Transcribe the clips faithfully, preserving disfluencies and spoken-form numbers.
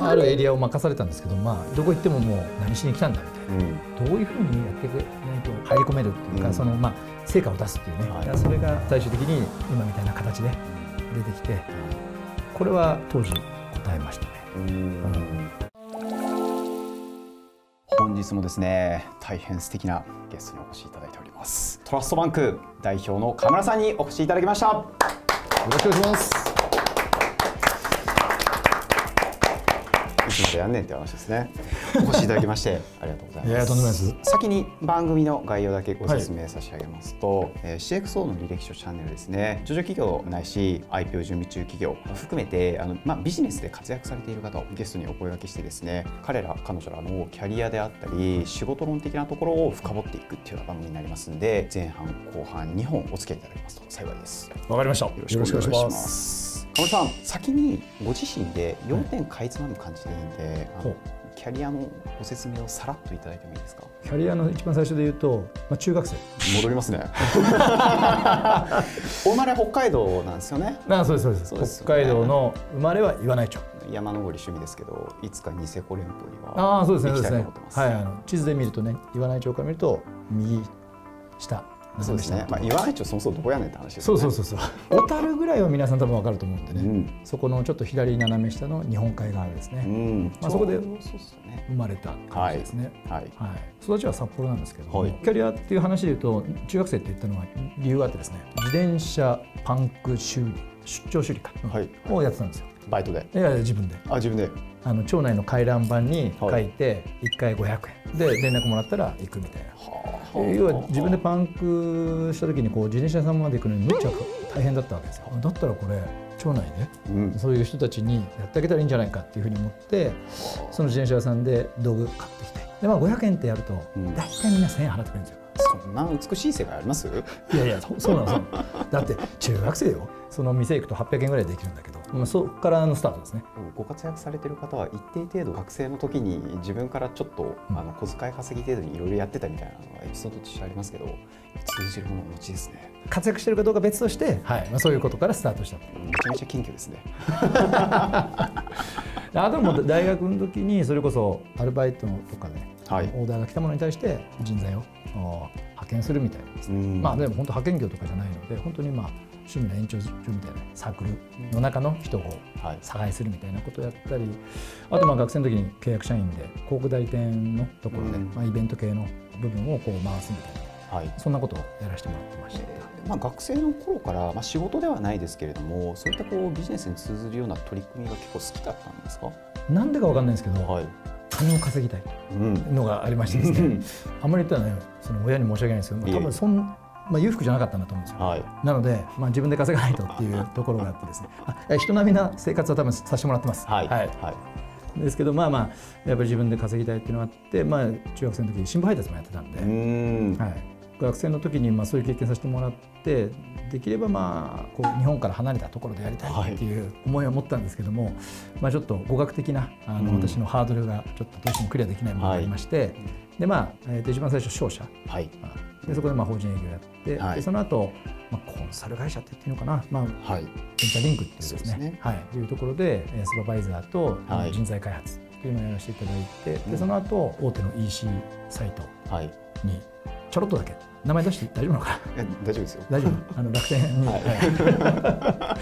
あるエリアを任されたんですけど、まあどこ行ってももう何しに来たんだみたいな、うん、どういうふうにやっていくないと入り込めるっていうか、うん、そのまあ成果を出すっていうね、はい、それが最終的に今みたいな形で出てきて、これは当時答えましたね。うんうん本日もですね、大変素敵なゲストにお越しいただいております。トラストバンク代表の河村さんにお越しいただきました。よろしくお願いします。 いつまでやんねんって話ですね。お越しいただきましてありがとうございます。 いや、とんでもないです。 先に番組の概要だけご説明差し上げますと、はい、えー、シーエックスオー の履歴書チャンネルですね、上場企業ないし アイピーオー 準備中企業含めてあの、まあ、ビジネスで活躍されている方をゲストにお声掛けしてですね、彼ら彼女らのキャリアであったり仕事論的なところを深掘っていくっていうような番組になりますので、前半後半にほんお付き合いいただきますと幸いです。 わかりました。よろしくお願いします。河村さん、先にご自身でよんてんかいつまむ感じでいいんで、はい、キャリアのご説明をさらっといただいてもいいですか。 キャリアの一番最初で言うと、まあ、中学生。 戻りますね。お生まれ北海道なんですよね。 ああ、そうですそうです。そうですよね、北海道の生まれは岩内町。 山登り趣味ですけど、いつかニセコ連峰にはああ、そうですね、そうですね。はい、 あの地図で見るとね、岩内町から見ると右下。 そうですね。まあ岩内町そもそもどこやねんって話ですね。 そうそうそうそう。小樽ぐらいは皆さん多分わかると思うんでね。うん、そこのちょっと左斜め下の日本海側ですね。うん、まあそこで生まれた感じですね。はい。はい。育ちは札幌なんですけど、はい、キャリアっていう話で言うと中学生って言ったのは理由があってですね、自転車パンク修理、出張修理か、はい、をやってたんですよ。 バイトで。 いやいや自分で。 あ、自分で。 あの町内の回覧板に書いていっかいごひゃくえんで連絡もらったら行くみたいな。要は自分でパンクした時にこう自転車屋さんまで行くのにめっちゃ大変だったわけですよ。だったらこれ町内で、うん、そういう人たちにやってあげたらいいんじゃないかっていうふうに思って、その自転車屋さんで道具買ってきて、で、まあ、ごひゃくえんってやると大体みんなせんえん払ってくれるんですよ。 そんな美しい世界あります？ いやいや、そうなんですよ。だって中学生よ。その店行くとはっぴゃくえんぐらいできるんだけど、まあ、そこからのスタートですね。 ご活躍されてる方は一定程度学生の時に自分からちょっと、うん、あの小遣い稼ぎ程度にいろいろやってたみたいなのがエピソードとしてありますけど、通じるものをお持ちですね。 活躍してるかどうか別として、はい、まあ、そういうことからスタートした。 めちゃめちゃ謙虚ですね。 あとも大学の時にそれこそアルバイトとかで、はい、オーダーが来たものに対して人材を派遣するみたいなですね。まあでも本当派遣業とかじゃないので、本当にまあ趣味の延長上みたいなサークルの中の人を探しするみたいなことをやったり、あとまあ学生の時に契約社員で広告代理店のところで、まあイベント系の部分をこう回すみたいな、はい、そんなことをやらせてもらってました。 えーまあ、学生の頃から、まあ、仕事ではないですけれども、そういったこうビジネスに通ずるような取り組みが結構好きだったんですか？ なんでかわかんないですけど、はい、金を稼ぎたいのがありましてですね、うん、あんまり言ったらね、その親に申し訳ないんですけど、多分そんまあ、裕福じゃなかったんだと思うんですよ。はい、なので、まあ、自分で稼がないとっていうところがあってですね、あ、人並みな生活は多分させてもらってます。はい、はいはい、ですけど、まあまあやっぱり自分で稼ぎたいっていうのがあって、まあ、中学生の時新聞配達もやってたんで、ん、はい、学生の時にまあそういう経験させてもらって、できればまあこう日本から離れたところでやりたいっていう思いを持ったんですけども、はい、まあちょっと語学的なあの私のハードルがちょっとどうしてもクリアできないものがありまして、はい、でまあ、えー、と一番最初商社、はい、まあ、でそこでまあ法人営業やって、はい、でその後、まあコンサル会社って言っていいのかな、まあ、はい、ベンチャーリンクっていうですね、そうですね、はい、いうところでスーパーバイザーと人材開発っていうのをやらせていただいて、でその後大手の イーシー サイトにちょろっとだけ名前出して大丈夫なのかな？ 大丈夫ですよ。 大丈夫。あの楽天に、はい、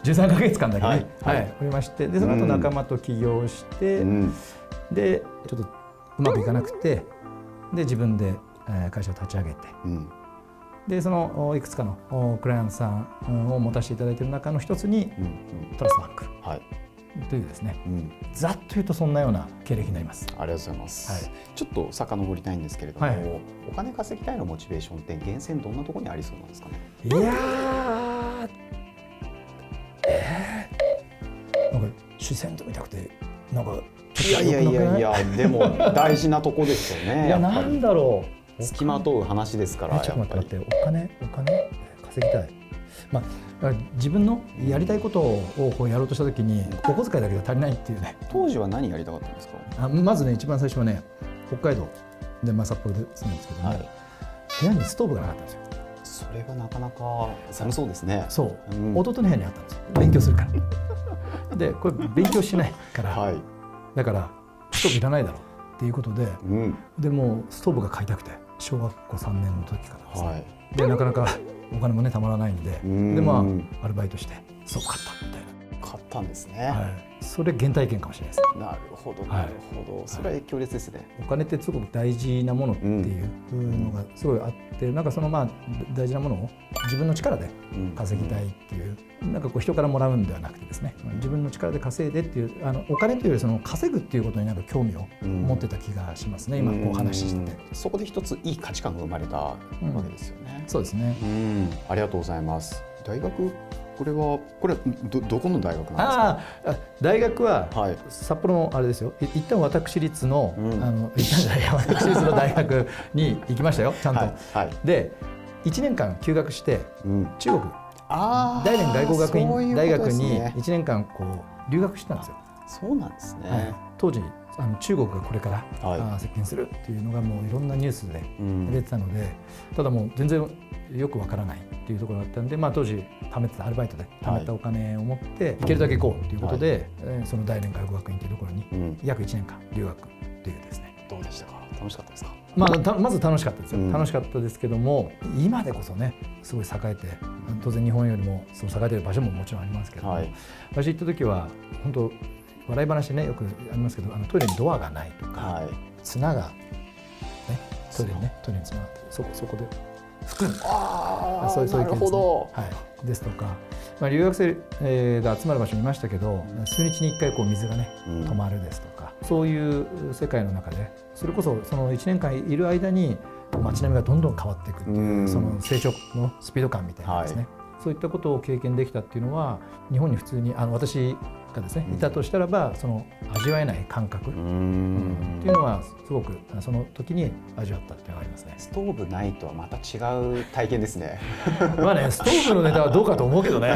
じゅうさんかげつかんだけね、はいはい、おりまして、でその後仲間と起業して、うん、でちょっとうまくいかなくて、で自分で会社を立ち上げて、うん、でそのいくつかのクライアントさんを持たせていただいている中の一つに、うんうん、トラストバンク、はい、というですね、うん、ざっと言うとそんなような経歴になります。 ありがとうございます。はい、ちょっと遡りたいんですけれども、はい、お金稼ぎたいのモチベーションって源泉どんなところにありそうなんですかね？ いやー、えー、なんか視線と見たくて、なんかいやいやいやいや、でも大事なとこですよね。 いや、なんだろう、付きまとう話ですから。 ちょっと待って待って、お金お金稼ぎたい。まあ、自分のやりたいことをこうやろうとしたときにお小遣いだけで足りないっていうね。 当時は何やりたかったんですか？ あ、まずね、一番最初はね、北海道で、まあ、札幌で住んでるんですけども、はい、部屋にストーブがなかったんですよ。 それはなかなか寒そうですね。 そう、うん、弟の部屋にあったんですよ。勉強するから。 でこれ勉強しないから、 はい、 だからストーブいらないだろうっていうことで、うん、でもうストーブが買いたくて小学校さんねんの時からですね、はい、でなかなかお金もねたまらないんで、んでまあアルバイトしてストーブ買ったみたいな。 買ったんですね。 はい、それ原体験かもしれないです。 なるほどなるほど、はい、それは強烈ですね。 お金ってすごく大事なものっていうのがすごいあって、うん、なんかそのまあ大事なものを自分の力で稼ぎたいっていう、うん、なんかこう人からもらうんではなくてですね、自分の力で稼いでっていう、あのお金というよりその稼ぐっていうことになんか興味を持ってた気がしますね、うん、今こう話してて、 うん、そこで一ついい価値観が生まれたわけですよね。 うん、そうですね、 うん、ありがとうございます。大学これはこれは ど, どこの大学なんですか？ ああ、大学は札幌のあれですよ。一旦私立の、うん、あの一旦じゃない私立の大学に行きましたよ、ちゃんと。はいはい、でいちねんかん休学して、うん、中国大連外国学院大学にいちねんかんこう留学してたんですよ。 そうなんですね。はい、 当時あの中国がこれから、はい、接近するっていうのがもういろんなニュースで出てたので、うん、ただもう全然よくわからないっていうところだったんで、まあ、当時貯めてたアルバイトで貯めたお金を持って行けるだけ行こうということで、はい、その大連外国学院というところに約いちねんかん留学というですね。 どうでしたか？楽しかったですか？ まあ、たまず楽しかったですよ、うん、楽しかったですけども、今でこそねすごい栄えて、当然日本よりもその栄えてる場所ももちろんありますけども、はい、私行った時は本当笑い話ねよくありますけど、あのトイレにドアがないとか、はい、綱が、ね、トイレにねトイレに綱があってそこそこで拭くんです。 あそういうそういう件ですね。 はい、ですとか、まあ、留学生、えー、が集まる場所にいましたけど、うん、数日にいっかいこう水がね、うん、止まるですとか、そういう世界の中でそれこそそのいちねんかんいる間に街並みがどんどん変わっていくっていう、うん、その成長のスピード感みたいなですね、はい、そういったことを経験できたっていうのは日本に普通にあの私がですねいたとしたらばその味わえない感覚、うん、っていうのはすごくその時に味わったっていうのがありますね。 ストーブないとはまた違う体験ですね。 まあね、ストーブのネタはどうかと思うけどね。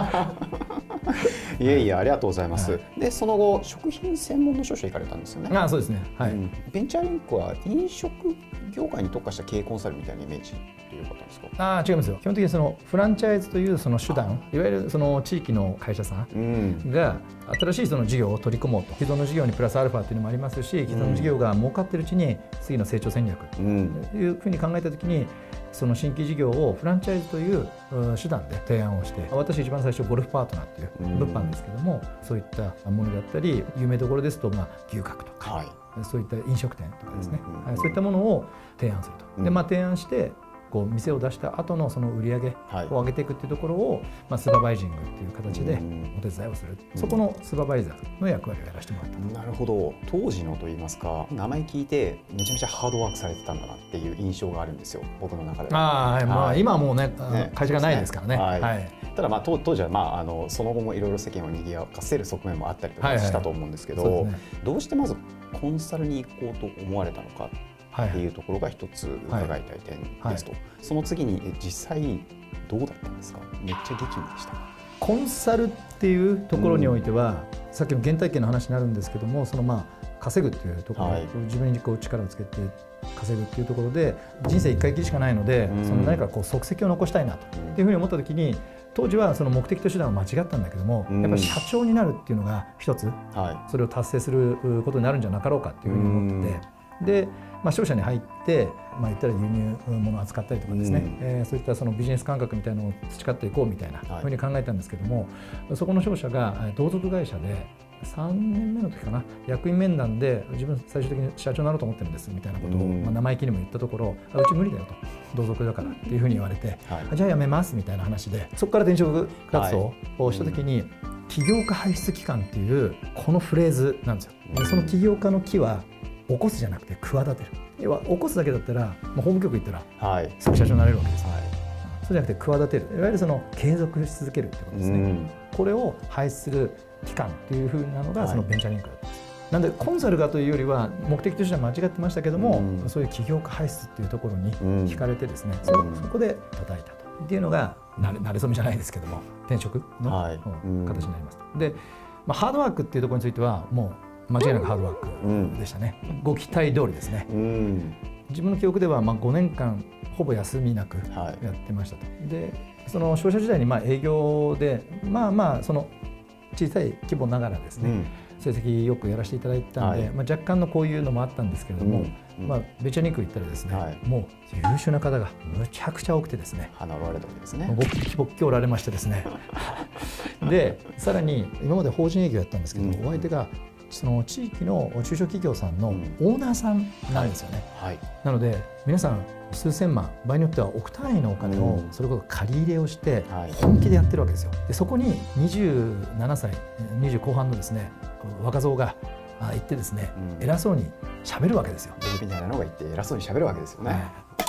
いえいえ、ありがとうございます。はい、でその後食品専門の商社行かれたんですよね。 ああ、そうですね。はい。うん、 ベンチャーリンクは飲食業界に特化した経営コンサルみたいなイメージっていうことですか？ ああ、違いますよ。基本的にそのフランチャイズというその手段、いわゆるその地域の会社さんが新しいその事業を取り込もうと、既存の事業にプラスアルファっていうのもありますし、既存の事業が儲かっているうちに次の成長戦略というふうに考えたときに、その新規事業をフランチャイズという手段で提案をして、私一番最初ゴルフパートナーっていう物販ですけども、そういったものだったり、有名どころですとまあ牛角とか、はい、そういった飲食店とかですね、はい、そういったものを提案すると。で、まあ、提案してこう店を出した後のその売り上げを上げていくっていうところを、まあ、スーパーバイジングっていう形でお手伝いをする、そこのスーパーバイザーの役割をやらせてもらった。 なるほど。当時のといいますか、名前聞いてめちゃめちゃハードワークされてたんだなっていう印象があるんですよ、僕の中では。 あ、はい、まあ、今はもうね、ね、会社がないですからね。 はいはい、ただまあ当時はまああのその後もいろいろ世間を賑わかせる側面もあったりとかしたと思うんですけど、はいはい、ね、どうしてまずコンサルに行こうと思われたのかっていうところが一つ伺いたい点ですと、はい、その次に実際どうだったんですか？めっちゃ激務でした。 コンサルっていうところにおいては、うん、さっきの原体験の話になるんですけども、そのまあ稼ぐっていうところ、はい、自分にこう力をつけて稼ぐっていうところで人生一回きりしかないので、うん、その何かこう足跡を残したいなというふうに思った時に、当時はその目的と手段は間違ったんだけども、うん、やっぱり社長になるっていうのが一つ、はい、それを達成することになるんじゃなかろうかっていうふうに思ってて、うん、で、まあ、商社に入って、まあ、言ったら輸入物を扱ったりとかですね、うん、えー、そういったそのビジネス感覚みたいなのを培っていこうみたいなふうに考えたんですけども、はい、そこの商社が同族会社でさんねんめの時かな、役員面談で自分最終的に社長になろうと思ってるんですみたいなことを、うん、まあ、生意気にも言ったところ、あうち無理だよと、同族だからっていうふうに言われて、はい、じゃあ辞めますみたいな話で、そこから転職活動をした時に、はい、うん、起業家輩出期間っていうこのフレーズなんですよ。うん、その起業家の木は起こすじゃなくて企てる。要は起こすだけだったら、まあ、法務局行ったら、はい、すぐ社長になれるわけです、はい、そうじゃなくて企てる、いわゆるその継続し続けるってことですね。うん、これを輩出する期間っていうふうなのがそのベンチャーリンクだったんです。はい、なんでコンサルがというよりは目的としては間違ってましたけども、うん、そういう起業家輩出っていうところに惹かれてですね、うん、そ, そこで叩いたとっていうのがなれ、なれ初めじゃないですけども転職の、はい、形になります。で、まあ、ハードワークっていうところについてはもう間違いなくハードワークでしたね。うん、ご期待通りですね。うん、自分の記憶ではまあごねんかんほぼ休みなくやってましたと。はい、でその商社時代にまあ営業でまあまあその小さい規模ながらですね、うん、成績よくやらせていただいてたんで、はい、まあ、若干のこういうのもあったんですけれども、うんうん、まあ、ベチャニック行ったらですね、はい、もう優秀な方がむちゃくちゃ多くてですね、 花割れたわけですね。 ボッキボッキおられましてですねでさらに今まで法人営業やったんですけど、うん、お相手がその地域の中小企業さんのオーナーさんなんですよね、うん、はいはい、なので皆さん数千万、場合によっては億単位のお金をそれこそ借り入れをして本気でやってるわけですよ。でそこににじゅうななさい、にじゅう後半のですね若造が行ってですね、うん、偉そうに喋るわけですよ。 みたいなのが言って偉そうに喋るわけですよね。はい、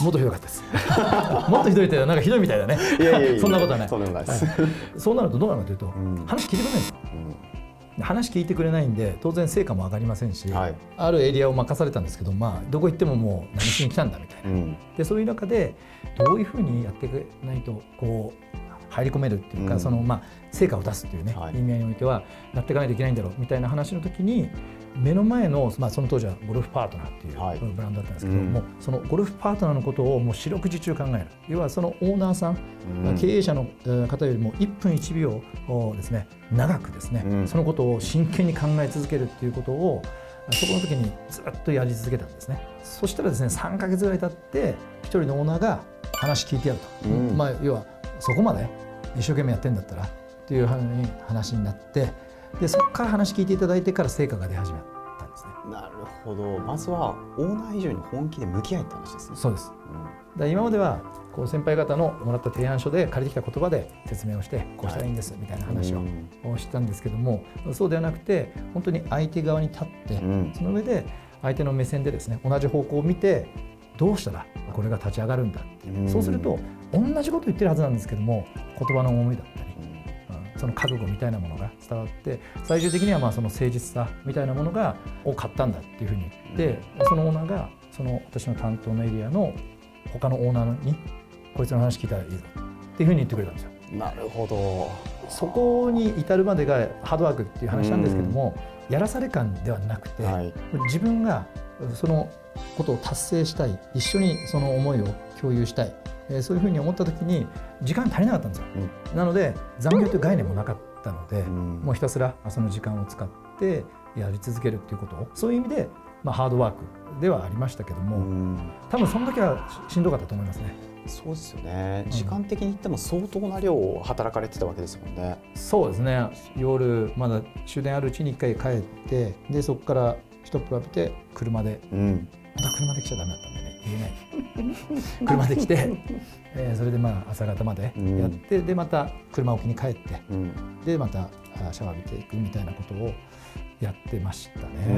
もっとひどかったですもっとひどいってなんかひどいみたいだね。いやいやいやそんなことはない。 そうでもないです、はい、 そうなるとどうなるかというと、うん、話聞いてくれないんですよ、うん、話聞いてくれないんで当然成果も上がりませんし、はい、あるエリアを任されたんですけど、まあ、どこ行ってももう何しに来たんだみたいな、うん、でそういう中でどういうふうにやっていかないとこう入り込めるっていうか、うん、そのまあ成果を出すっていうね、はい、意味合いにおいてはやっていかないといけないんだろうみたいな話の時に目の前の、まあ、その当時はゴルフパートナーっていうブランドだったんですけど、はい、もうそのゴルフパートナーのことをもう四六時中考える、要はそのオーナーさん、うん、経営者の方よりもいっぷんいちびょうをですね長くですね、うん、そのことを真剣に考え続けるっていうことをそこの時にずっとやり続けたんですね。そしたらですねさんかげつぐらい経って一人のオーナーが話聞いてやると、うん、まあ要はそこまで一生懸命やってんだったらっていう話になって、でそこから話聞いていただいてから成果が出始めたんですね。 なるほど。まずはオーナー以上に本気で向き合いって話ですね。 そうです、うん、だ今まではこう先輩方のもらった提案書で借りてきた言葉で説明をしてこうしたらいいんですみたいな話をしたんですけども、そうではなくて本当に相手側に立って、うん、その上で相手の目線でですね同じ方向を見てどうしたらこれが立ち上がるんだ、うん、そうすると同じこと言ってるはずなんですけども言葉の重みだったり、うん、その覚悟みたいなものが伝わって最終的にはまあその誠実さみたいなものがを買ったんだっていうふうに言って、そのオーナーがその私の担当のエリアの他のオーナーにこいつの話聞いたらいいぞっていうふうに言ってくれたんですよ。 なるほど。 そこに至るまでがハードワークっていう話なんですけども、やらされ感ではなくて、はい、自分がそのことを達成したい、一緒にその思いを共有したい、えー、そういうふうに思った時に時間足りなかったんですよ、うん、なので残業という概念もなかったので、うん、もうひたすらその時間を使ってやり続けるっていうことを、そういう意味で、まあ、ハードワークではありましたけども、うん、多分その時はしんどかったと思いますね。 そうですよね、時間的に言っても相当な量を働かれてたわけですもんね。 そうですね、夜まだ終電あるうちにいっかい帰って、でそこから一ップ浴びて車で、うん、また車で来ちゃダメだったんでね言えない車で来て、えー、それでまあ朝方までやって、うん、でまた車置きに帰って、うん、でまたシャワー浴びていくみたいなことをやってましたね。うん、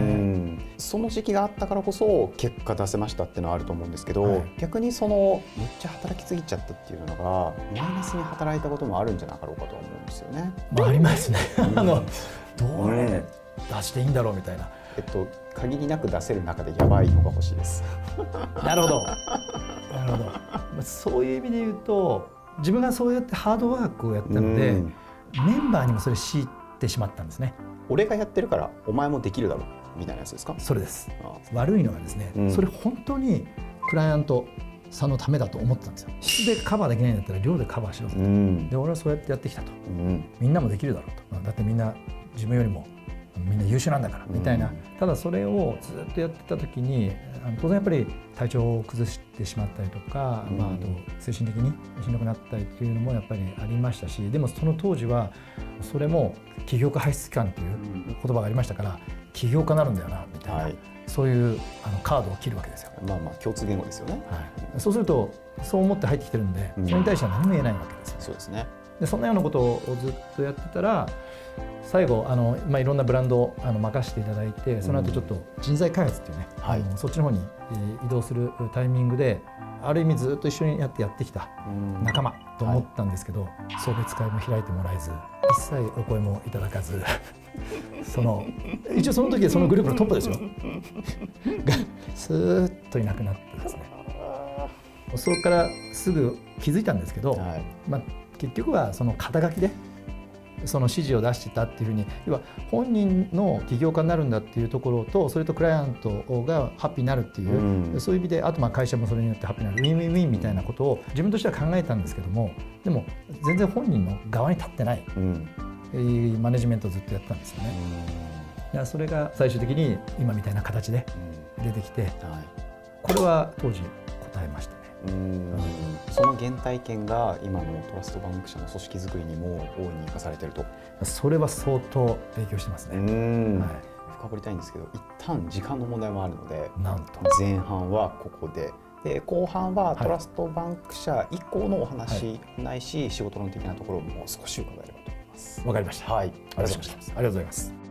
その時期があったからこそ結果出せましたっていうのはあると思うんですけど、はい、逆にそのめっちゃ働きすぎちゃったっていうのがマイナスに働いたこともあるんじゃなかろうかと思うんですよね。 まあ、ありますねあのどれ出していいんだろうみたいな、 えっと限りなく出せる中でやばいのが欲しいですなるほどなるほどそういう意味で言うと自分がそうやってハードワークをやったので、うん、メンバーにもそれ強いてしまったんですね。 俺がやってるからお前もできるだろうみたいなやつですか。 それです。悪いのはですね、うん、それ本当にクライアントさんのためだと思ってたんですよ。質でカバーできないんだったら量でカバーしろと、うん、で俺はそうやってやってきたと、うん、みんなもできるだろうと、だってみんな自分よりもみんな優秀なんだからみたいな、うん、ただそれをずっとやってた時に当然やっぱり体調を崩してしまったりとか、うん、まあ、あと精神的にしんどくなったりっていうのもやっぱりありましたし、でもその当時はそれも起業家排出期間っていう言葉がありましたから、起業家になるんだよなみたいな、はい、そういうあのカードを切るわけですよ。 まあまあ共通言語ですよね、 はい、そうするとそう思って入ってきてるんで、うん、それに対しては何も言えないわけですよ。 そうですね。 でそんなようなことをずっとやってたら最後あの、まあ、いろんなブランドをあの任せていただいて、その後ちょっと人材開発っていうね、うん、あのそっちの方に移動するタイミングである意味ずっと一緒にやってやってきた仲間と思ったんですけど、はい、送別会も開いてもらえず一切お声もいただかずその一応その時はそのグループのトップですよがスーッといなくなってですね、そこからすぐ気づいたんですけど、はい、まあ、結局はその肩書きでその指示を出してたっていうふうに、要は本人の起業家になるんだっていうところと、それとクライアントがハッピーになるっていう、うん、そういう意味で、あとまあ会社もそれによってハッピーになる、ウィンウィンウィンみたいなことを自分としては考えたんですけども、でも全然本人の側に立ってない、うん、 マネジメントをずっとやったんですよね。いやそれが最終的に今みたいな形で出てきて、これは当時答えましたね。 うん、その原体験が今のトラストバンク社の組織づくりにも大いに生かされていると。 それは相当影響してますね。うん、はい、 深掘りたいんですけど、一旦時間の問題もあるので、 なんと前半はここで。で後半はトラストバンク社以降のお話、はい、ないし仕事論的なところも少し伺えればと思います。 わかりました。 はい、 ありがとうございます。ありがとうございます。